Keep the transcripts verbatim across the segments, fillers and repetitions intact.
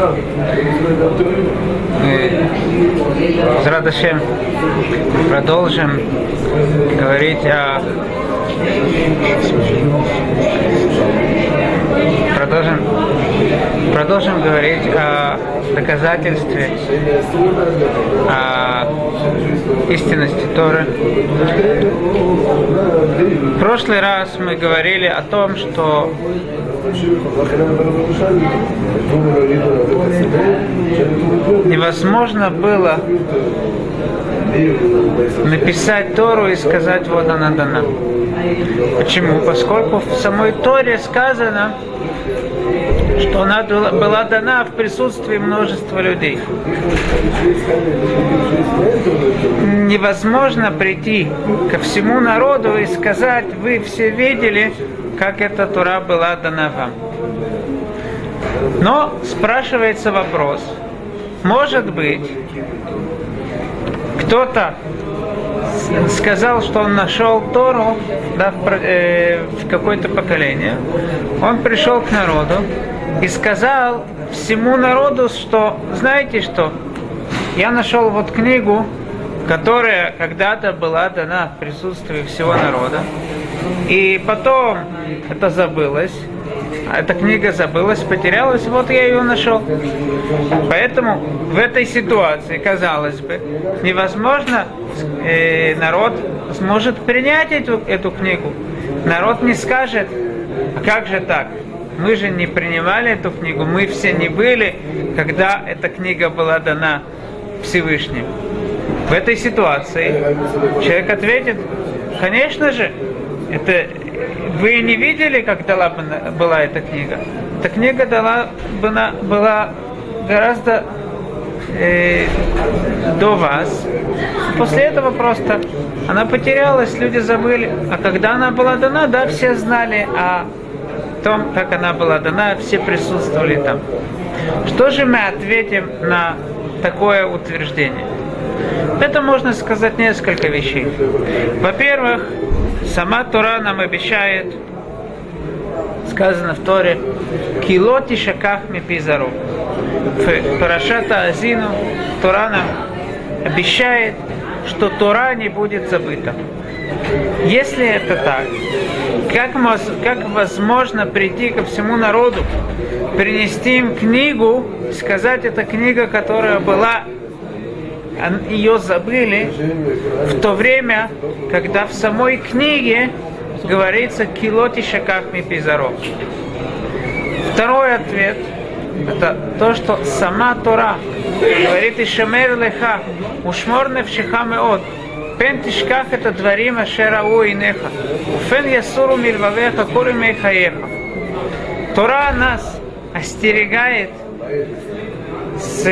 с радостью продолжим говорить о продолжим продолжим говорить о доказательстве о истинности Торы. В прошлый раз мы говорили о том, что невозможно было написать Тору и сказать, вот она дана. Почему? Поскольку в самой Торе сказано, что она была дана в присутствии множества людей. Невозможно прийти ко всему народу и сказать, вы все видели, как эта Тора была дана вам. Но спрашивается вопрос, может быть, кто-то сказал, что он нашел Тору, да, в, э, в какое-то поколение, он пришел к народу и сказал всему народу, что, знаете что, я нашел вот книгу, которая когда-то была дана в присутствии всего народа, и потом это забылось, а эта книга забылась, потерялась, вот я ее нашел. Поэтому в этой ситуации, казалось бы, невозможно, э, народ сможет принять эту, эту книгу. Народ не скажет, а как же так? Мы же не принимали эту книгу, мы все не были, когда эта книга была дана Всевышним. В этой ситуации человек ответит, конечно же, это вы не видели, как дала была эта книга? Эта книга дала, была, была гораздо э, до вас. После этого просто она потерялась, люди забыли. А когда она была дана, да, все знали о том, как она была дана, все присутствовали там. Что же мы ответим на такое утверждение? Это можно сказать несколько вещей. Во-первых, сама Тора нам обещает, сказано в Торе, «Килоти шаках мипизару». В Парашата Азину Тора нам обещает, что Тора не будет забыта. Если это так, как, как возможно прийти ко всему народу, принести им книгу, сказать, это книга, которая была, ее забыли, в то время, когда в самой книге говорится «Килоти шаках мипизаров». Второй ответ – это то, что сама Тора говорит «Ишамер леха, ушмор невшиха меот, пен тишках это дворим ашера уинеха, фен ясуру мильвавеха коли мейхаеха». Тора нас остерегает с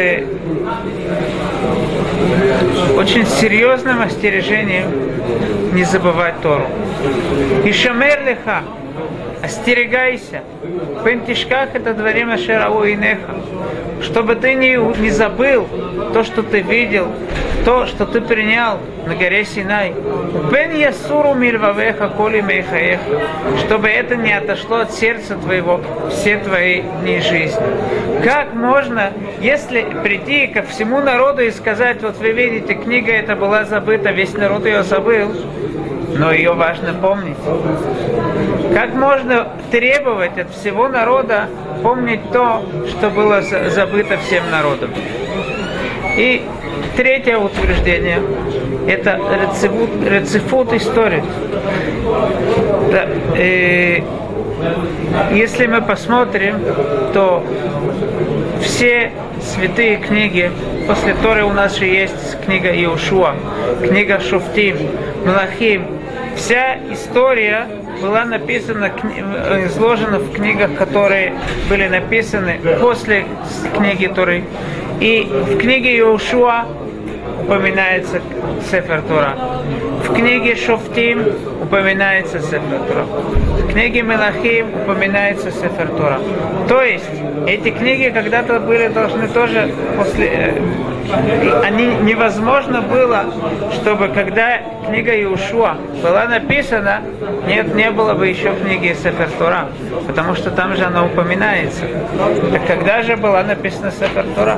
очень серьезным остережением не забывать Тору. Ишамер леха, остерегайся, пентишках это дворим ашерау инеха, чтобы ты не, не забыл то, что ты видел, то, что ты принял на горе Синай. Бен ясуру мильвавеха коли мейхаеха, чтобы это не отошло от сердца твоего все твои дни жизни. Как можно, если прийти ко всему народу и сказать, вот вы видите, книга эта была забыта, весь народ ее забыл, но ее важно помнить. Как можно требовать от всего народа помнить то, что было забыто всем народом? И третье утверждение – это рецифут, рецифут истории. Да, э, если мы посмотрим, то все святые книги, после Торы у нас же есть книга Иошуа, книга Шуфтим, Мелахим, вся история была написана, изложена в книгах, которые были написаны после книги Торы. И в книге Иошуа упоминается Сефер Тора. В книге Шофтим упоминается Сефер Тора. В книге Мелахим упоминается Сефер Тора. То есть эти книги когда-то были должны тоже после... Они невозможно было, чтобы когда книга Иешуа была написана, нет, не было бы еще книги Сефер Тора, потому что там же она упоминается. Так когда же была написана Сефер Тора?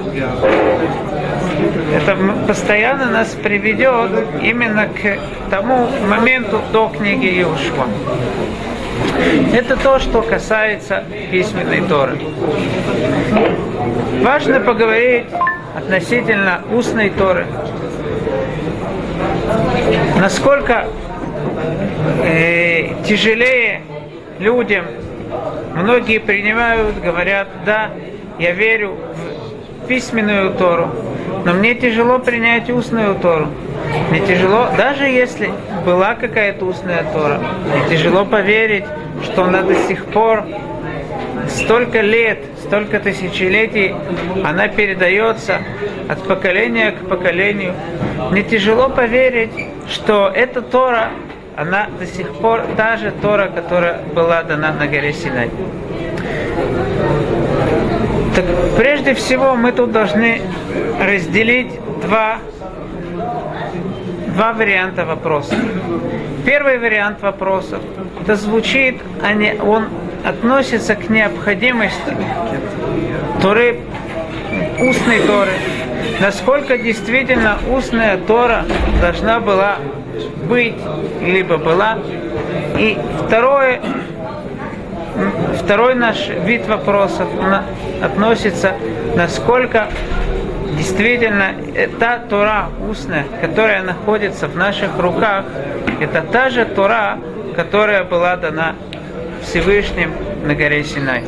Это постоянно нас приведет именно к тому моменту до книги Иешуа. Это то, что касается письменной Торы. Важно поговорить относительно устной Торы. Насколько э, тяжелее людям, многие принимают, говорят, да, я верю в письменную Тору, но мне тяжело принять устную Тору. Мне тяжело, даже если была какая-то устная Тора, мне тяжело поверить, что она до сих пор столько лет, столько тысячелетий, она передается от поколения к поколению. Мне тяжело поверить, что эта Тора, она до сих пор та же Тора, которая была дана на горе Синай. Так прежде всего мы тут должны разделить два, два варианта вопроса. Первый вариант вопросов, это звучит, он относится к необходимости Торы, устной Торы. Насколько действительно устная Тора должна была быть, либо была. И второе, второй наш вид вопросов относится, насколько действительно та Тора устная, которая находится в наших руках, это та же Тора, которая была дана Всевышним на горе Синай.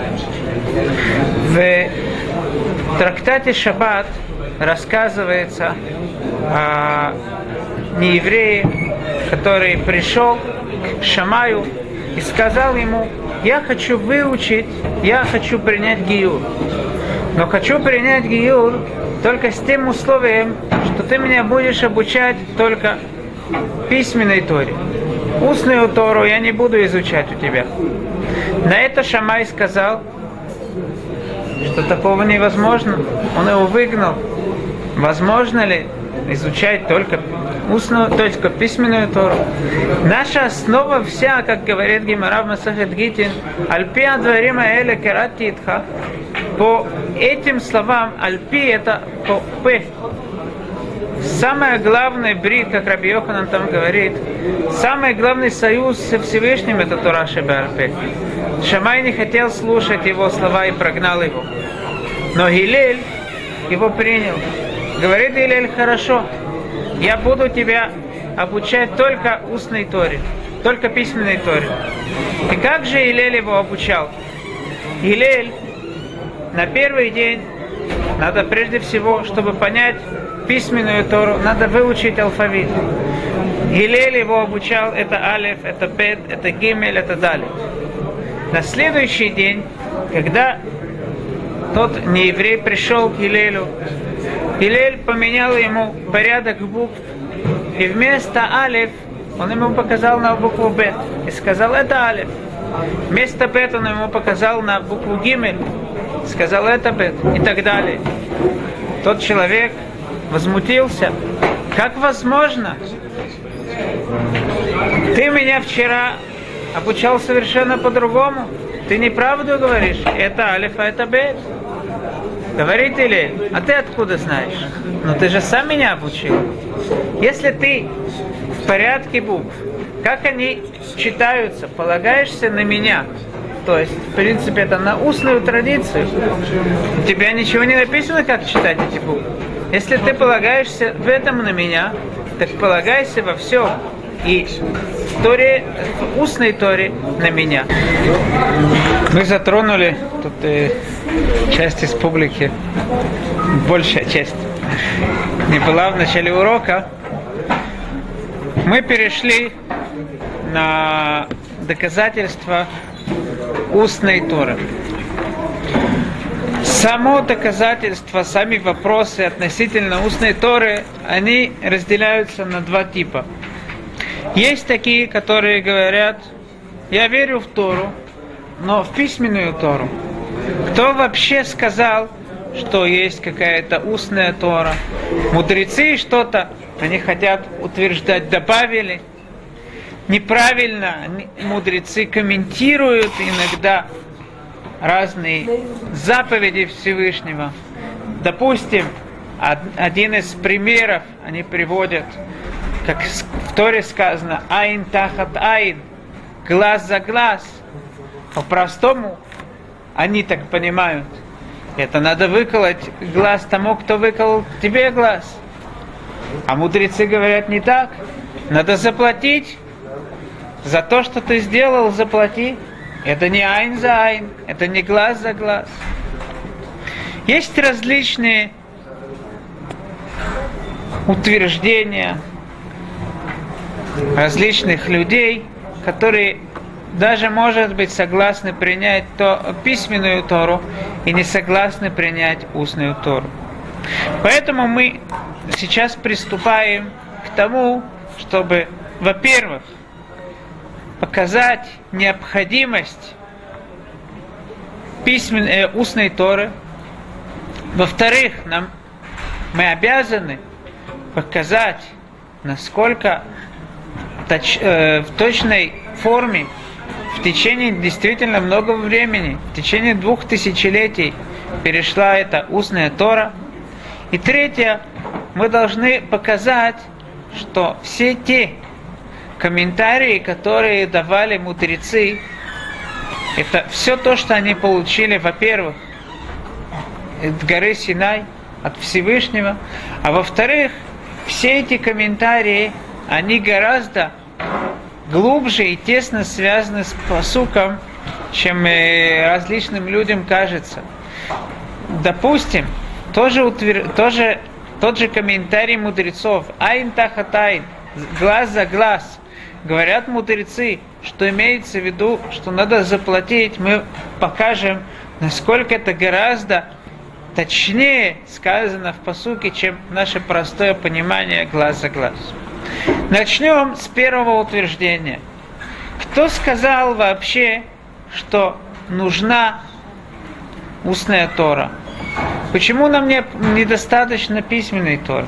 В трактате Шаббат рассказывается о нееврее, который пришел к Шамаю и сказал ему: я хочу выучить, я хочу принять гиюр, но хочу принять гиюр только с тем условием, что ты меня будешь обучать только письменной Торе. Устную Тору я не буду изучать у тебя. На это Шамай сказал, что такого невозможно. Он его выгнал. Возможно ли изучать только устную, только письменную Тору? Наша основа вся, как говорит Гемара в Масехет Гитин, «Альпи адварим аэле керати итха». По этим словам, «Альпи» — это по «п». Самый главный брит, как Раби Йоханан там говорит, самый главный союз со Всевышним — это Тора шебе-аль-пе. Шамай не хотел слушать его слова и прогнал его. Но Гилель его принял. Говорит Гилель: хорошо, я буду тебя обучать только устной Торе, только письменной Торе. И как же Гилель его обучал? Гилель на первый день, надо прежде всего, чтобы понять письменную Тору, надо выучить алфавит. Гилель его обучал, это алеф, это бет, это гимель, это далит. На следующий день, когда тот нееврей пришел к Гилелю, Гилель поменял ему порядок букв, и вместо алеф он ему показал на букву бет и сказал: это алеф. Вместо бет он ему показал на букву гимель, сказал: это бет, и так далее. Тот человек возмутился: как возможно? Ты меня вчера обучал совершенно по-другому. Ты неправду говоришь. Это алиф, а это бет. Говорит Гилель: а ты откуда знаешь? Ну ты же сам меня обучил. Если ты в порядке букв, как они читаются, полагаешься на меня, то есть, в принципе, это на устную традицию, у тебя ничего не написано, как читать эти буквы. Если ты полагаешься в этом на меня, так полагайся во всем. И в Торе, в устной Торе на меня. Мы затронули тут э, часть из публики, большая часть не была в начале урока. Мы перешли на доказательства устной Торы. С Само доказательство, сами вопросы относительно устной Торы, они разделяются на два типа. Есть такие, которые говорят: я верю в Тору, но в письменную Тору. Кто вообще сказал, что есть какая-то устная Тора? Мудрецы что-то, они хотят утверждать, добавили. Неправильно мудрецы комментируют иногда разные заповеди Всевышнего. Допустим, один из примеров они приводят, как в Торе сказано: «Айн тахат айн», глаз за глаз. По-простому они так понимают. Это надо выколоть глаз тому, кто выколол тебе глаз. А мудрецы говорят не так. Надо заплатить. За то, что ты сделал, заплати. Это не айн за айн, это не глаз за глаз. Есть различные утверждения различных людей, которые даже, может быть, согласны принять то, письменную Тору и не согласны принять устную Тору. Поэтому мы сейчас приступаем к тому, чтобы, во-первых, показать необходимость письменной, э, устной Торы. Во-вторых, нам, мы обязаны показать, насколько точ, э, в точной форме в течение действительно многого времени, в течение двух тысячелетий перешла эта устная Тора. И третье, мы должны показать, что все те комментарии, которые давали мудрецы, это все то, что они получили, во-первых, от горы Синай, от Всевышнего, а во-вторых, все эти комментарии, они гораздо глубже и тесно связаны с пасуком, чем различным людям кажется. Допустим, тоже, утвер... тоже тот же комментарий мудрецов: «Айн тахат айн», глаз за глаз. Говорят мудрецы, что имеется в виду, что надо заплатить. Мы покажем, насколько это гораздо точнее сказано в пасуке, чем наше простое понимание глаз за глаз. Начнем с первого утверждения. Кто сказал вообще, что нужна устная Тора? Почему нам не, недостаточно письменной Торы?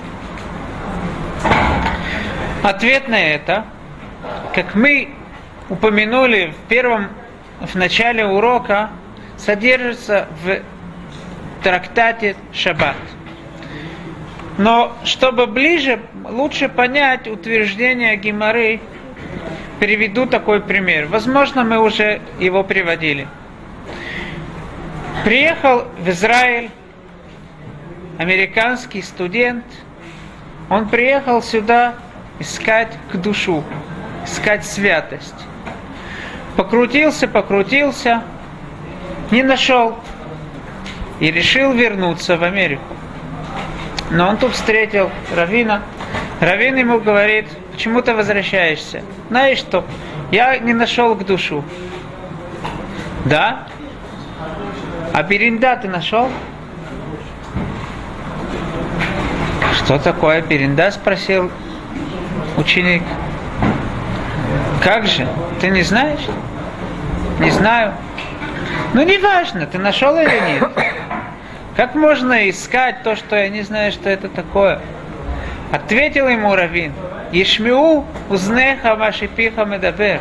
Ответ на это, как мы упомянули в первом, в начале урока, содержится в трактате Шаббат. Но чтобы ближе, лучше понять утверждение Гемары, приведу такой пример. Возможно, мы уже его приводили. Приехал в Израиль американский студент. Он приехал сюда искать к душу, искать святость. Покрутился, покрутился, не нашел. И решил вернуться в Америку. Но он тут встретил раввина. Раввин ему говорит: почему ты возвращаешься? Знаешь что, я не нашел к душу. Да? А беринда ты нашел? Что такое беринда? Спросил ученик. Как же? Ты не знаешь? Не знаю. Ну, не важно, ты нашел или нет. Как можно искать то, что я не знаю, что это такое? Ответил ему раввин: Ишмеу узнеха машипиха медабер.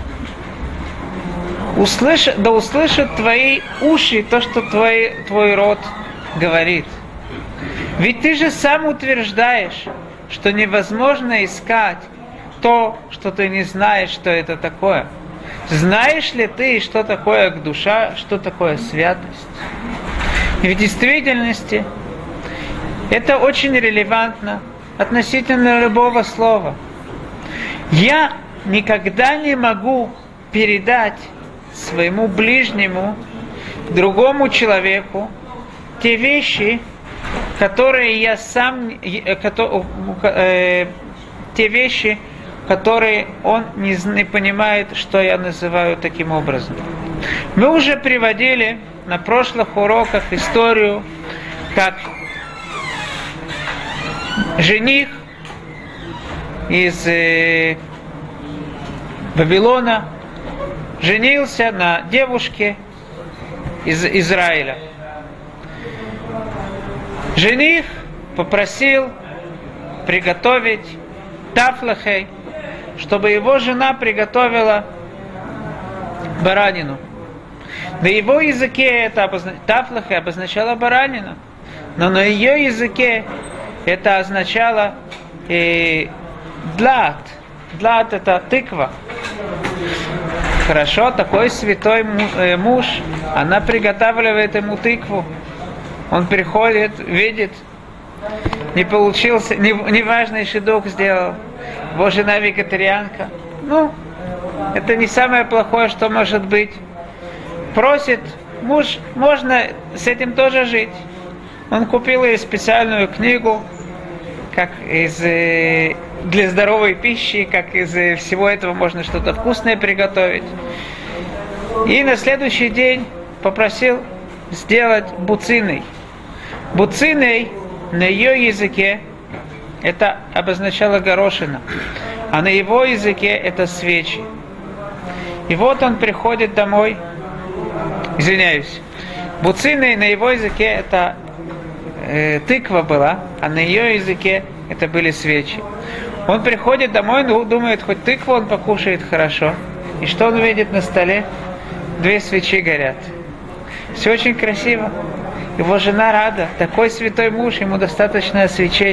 Услыш, да услышат твои уши то, что твой, твой рот говорит. Ведь ты же сам утверждаешь, что невозможно искать то, что ты не знаешь, что это такое. Знаешь ли ты, что такое душа, что такое святость? И в действительности это очень релевантно относительно любого слова. Я никогда не могу передать своему ближнему, другому человеку, те вещи, которые я сам, те вещи, которые он не, не понимает, что я называю таким образом. Мы уже приводили на прошлых уроках историю, как жених из э, Вавилона женился на девушке из Израиля. Жених попросил приготовить тафлахей, чтобы его жена приготовила баранину. На его языке это обозна... тафлахей обозначало баранину, но на ее языке это означало э, длат. Длат это тыква. Хорошо, такой святой муж, она приготавливает ему тыкву. Он приходит, видит, не получился, неважный шидух сделал. Его жена вегетарианка. Ну, это не самое плохое, что может быть. Просит, муж, можно с этим тоже жить. Он купил ей специальную книгу, как из, для здоровой пищи, как из всего этого можно что-то вкусное приготовить. И на следующий день попросил сделать буциной. Буциной на ее языке это обозначало горошина, а на его языке это свечи. И вот он приходит домой, извиняюсь, буциной на его языке это э, тыква была, а на ее языке это были свечи. Он приходит домой, ну, думает, хоть тыкву он покушает хорошо. И что он видит на столе? Две свечи горят. Все очень красиво. Его жена рада. Такой святой муж, ему достаточно свечей.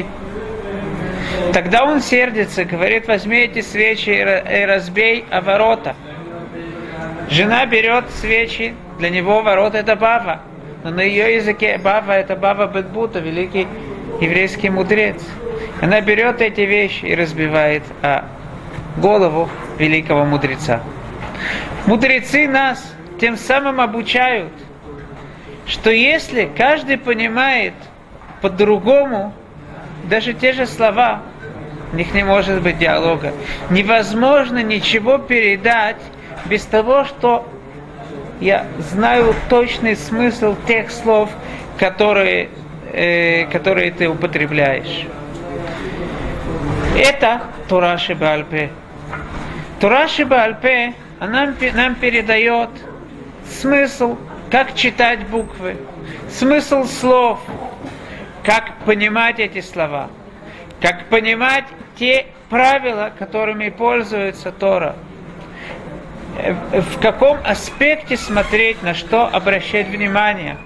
Тогда он сердится, говорит, возьми эти свечи и разбей о ворота. Жена берет свечи, для него ворота это бава. Но на ее языке бава это бава Бетбута, великий еврейский мудрец. Она берет эти вещи и разбивает о голову великого мудреца. Мудрецы нас тем самым обучают, что если каждый понимает по-другому, даже те же слова, у них не может быть диалога. Невозможно ничего передать без того, что я знаю точный смысл тех слов, которые, э, которые ты употребляешь. Это Тора Шебааль-Пе. Тора Шебааль-Пе она нам передает смысл, как читать буквы, смысл слов, как понимать эти слова, как понимать те правила, которыми пользуется Тора, в каком аспекте смотреть, на что обращать внимание.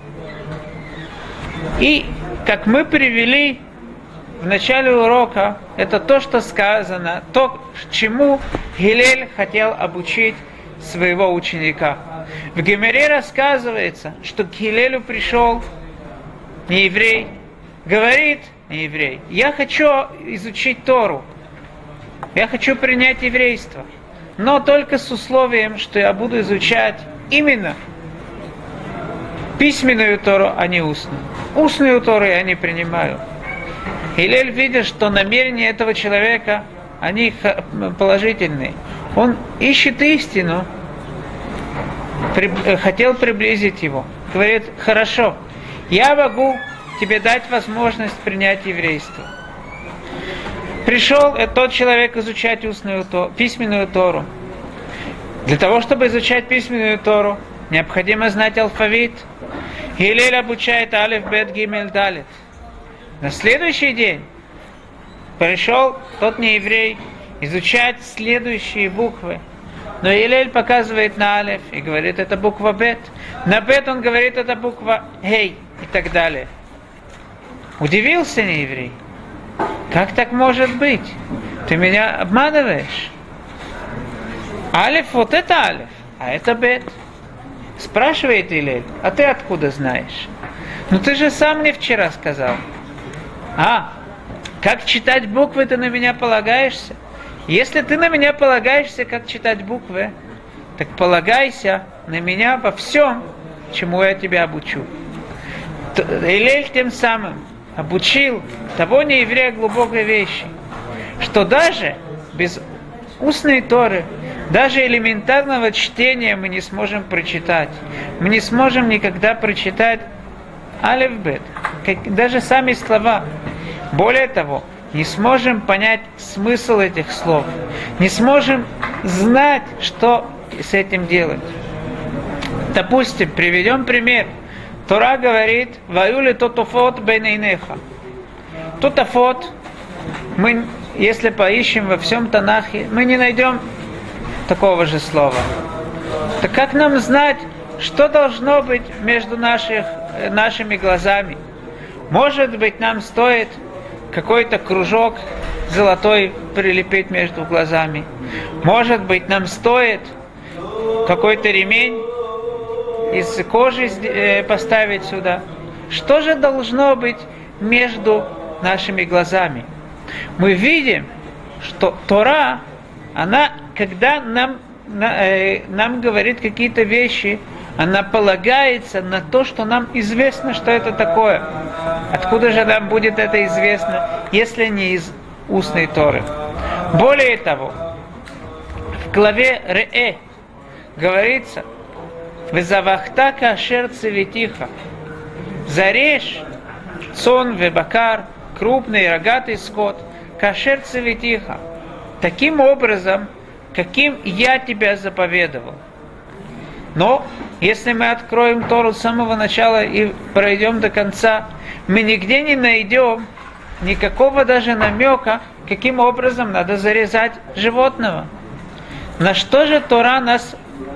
И, как мы привели в начале урока, это то, что сказано, то, чему Гилель хотел обучить своего ученика. В Гемаре рассказывается, что к Гилелю пришел не еврей, говорит не еврей, я хочу изучить Тору, я хочу принять еврейство, но только с условием, что я буду изучать именно письменную Тору, а не устную. Устную Тору я не принимаю. Гилель, видя, что намерения этого человека, они положительные, он ищет истину, при, хотел приблизить его. Говорит, хорошо, я могу тебе дать возможность принять еврейство. Пришел тот человек изучать устную Тору, письменную Тору. Для того, чтобы изучать письменную Тору, необходимо знать алфавит. Гилель обучает алеф, бет, гимель, далет. На следующий день пришел тот нееврей изучать следующие буквы. Но Гилель показывает на алеф и говорит, это буква бет. На бет он говорит, это буква гей и так далее. Удивился нееврей. Как так может быть? Ты меня обманываешь. Алеф, вот это алеф, а это бет. Спрашивает Гилель, а ты откуда знаешь? Ну ты же сам мне вчера сказал. А, как читать буквы, ты на меня полагаешься? Если ты на меня полагаешься, как читать буквы, так полагайся на меня во всем, чему я тебя обучу. Гилель тем самым обучил того нееврея глубокой вещи, что даже без устной Торы Даже элементарного чтения мы не сможем прочитать. Мы не сможем никогда прочитать алеф-бет, даже сами слова. Более того, не сможем понять смысл этих слов. Не сможем знать, что с этим делать. Допустим, приведем пример. Тора говорит: «Ваюли тотофот бейнейнеха». Тотофот, мы, если поищем во всем Танахе, мы не найдем такого же слова. Так как нам знать, что должно быть между наших, нашими глазами? Может быть, нам стоит какой-то кружок золотой прилепить между глазами. Может быть, нам стоит какой-то ремень из кожи поставить сюда. Что же должно быть между нашими глазами? Мы видим, что Тора, она, когда нам, нам говорит какие-то вещи, она полагается на то, что нам известно, что это такое. Откуда же нам будет это известно, если не из устной Торы? Более того, в главе Ре'э говорится: «Везавахта кашер цеветиха». Зарежь цон вебакар, крупный рогатый скот, кашер цеветиха, таким образом, каким я тебя заповедовал. Но если мы откроем Тору с самого начала и пройдем до конца, мы нигде не найдем никакого даже намека, каким образом надо зарезать животного. На что же Тора нас,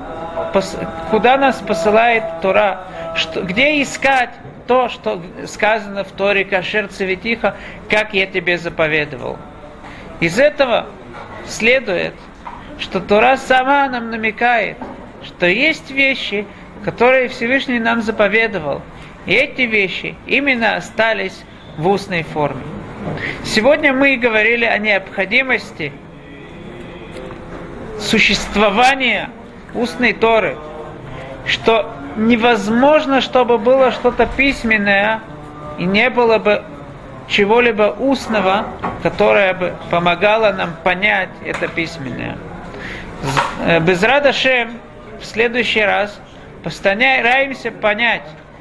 куда нас посылает Тора? Что, где искать то, что сказано в Торе кашер цеветиха, как я тебе заповедовал? Из этого следует, что Тора сама нам намекает, что есть вещи, которые Всевышний нам заповедовал. И эти вещи именно остались в устной форме. Сегодня мы говорили о необходимости существования устной Торы, что невозможно, чтобы было что-то письменное и не было бы чего-либо устного, которое бы помогало нам понять это письменное. Безрат Ашем в следующий раз постараемся понять,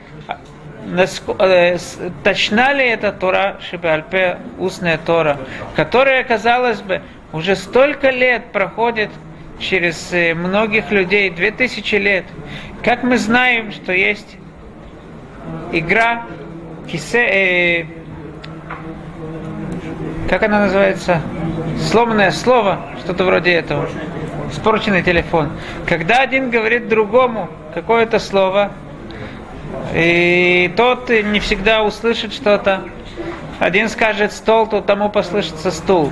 точна ли это Тора Шебе-аль-Пе, устная Тора, которая, казалось бы, уже столько лет проходит через многих людей, две тысячи лет. Как мы знаем, что есть игра, кисе, э, как она называется, сломанное слово, что-то вроде этого, испорченный телефон. Когда один говорит другому какое-то слово, и тот не всегда услышит что-то. Один скажет стол, то тому послышится стул.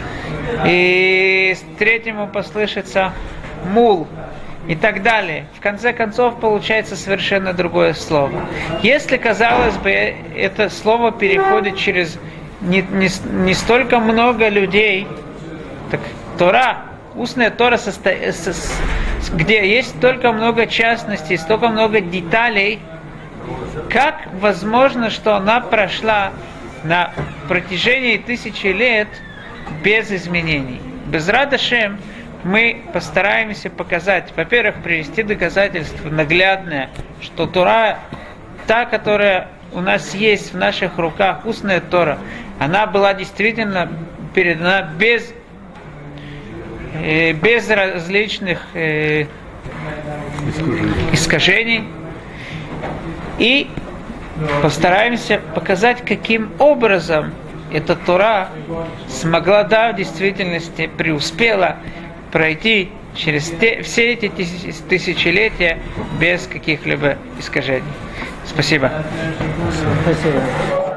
И третьему послышится мул. И так далее. В конце концов получается совершенно другое слово. Если, казалось бы, это слово переходит через не, не, не столько много людей, так Тора, устная Тора, состо... где есть столько много частностей, столько много деталей, как возможно, что она прошла на протяжении тысячи лет без изменений? Безрат Ашем мы постараемся показать, во-первых, привести доказательство наглядное, что Тора, та, которая у нас есть в наших руках, устная Тора, она была действительно передана без, э, без различных э, искажений. И постараемся показать, каким образом эта Тора смогла, да, в действительности преуспела пройти через те, все эти тысячелетия без каких-либо искажений. Спасибо. Спасибо.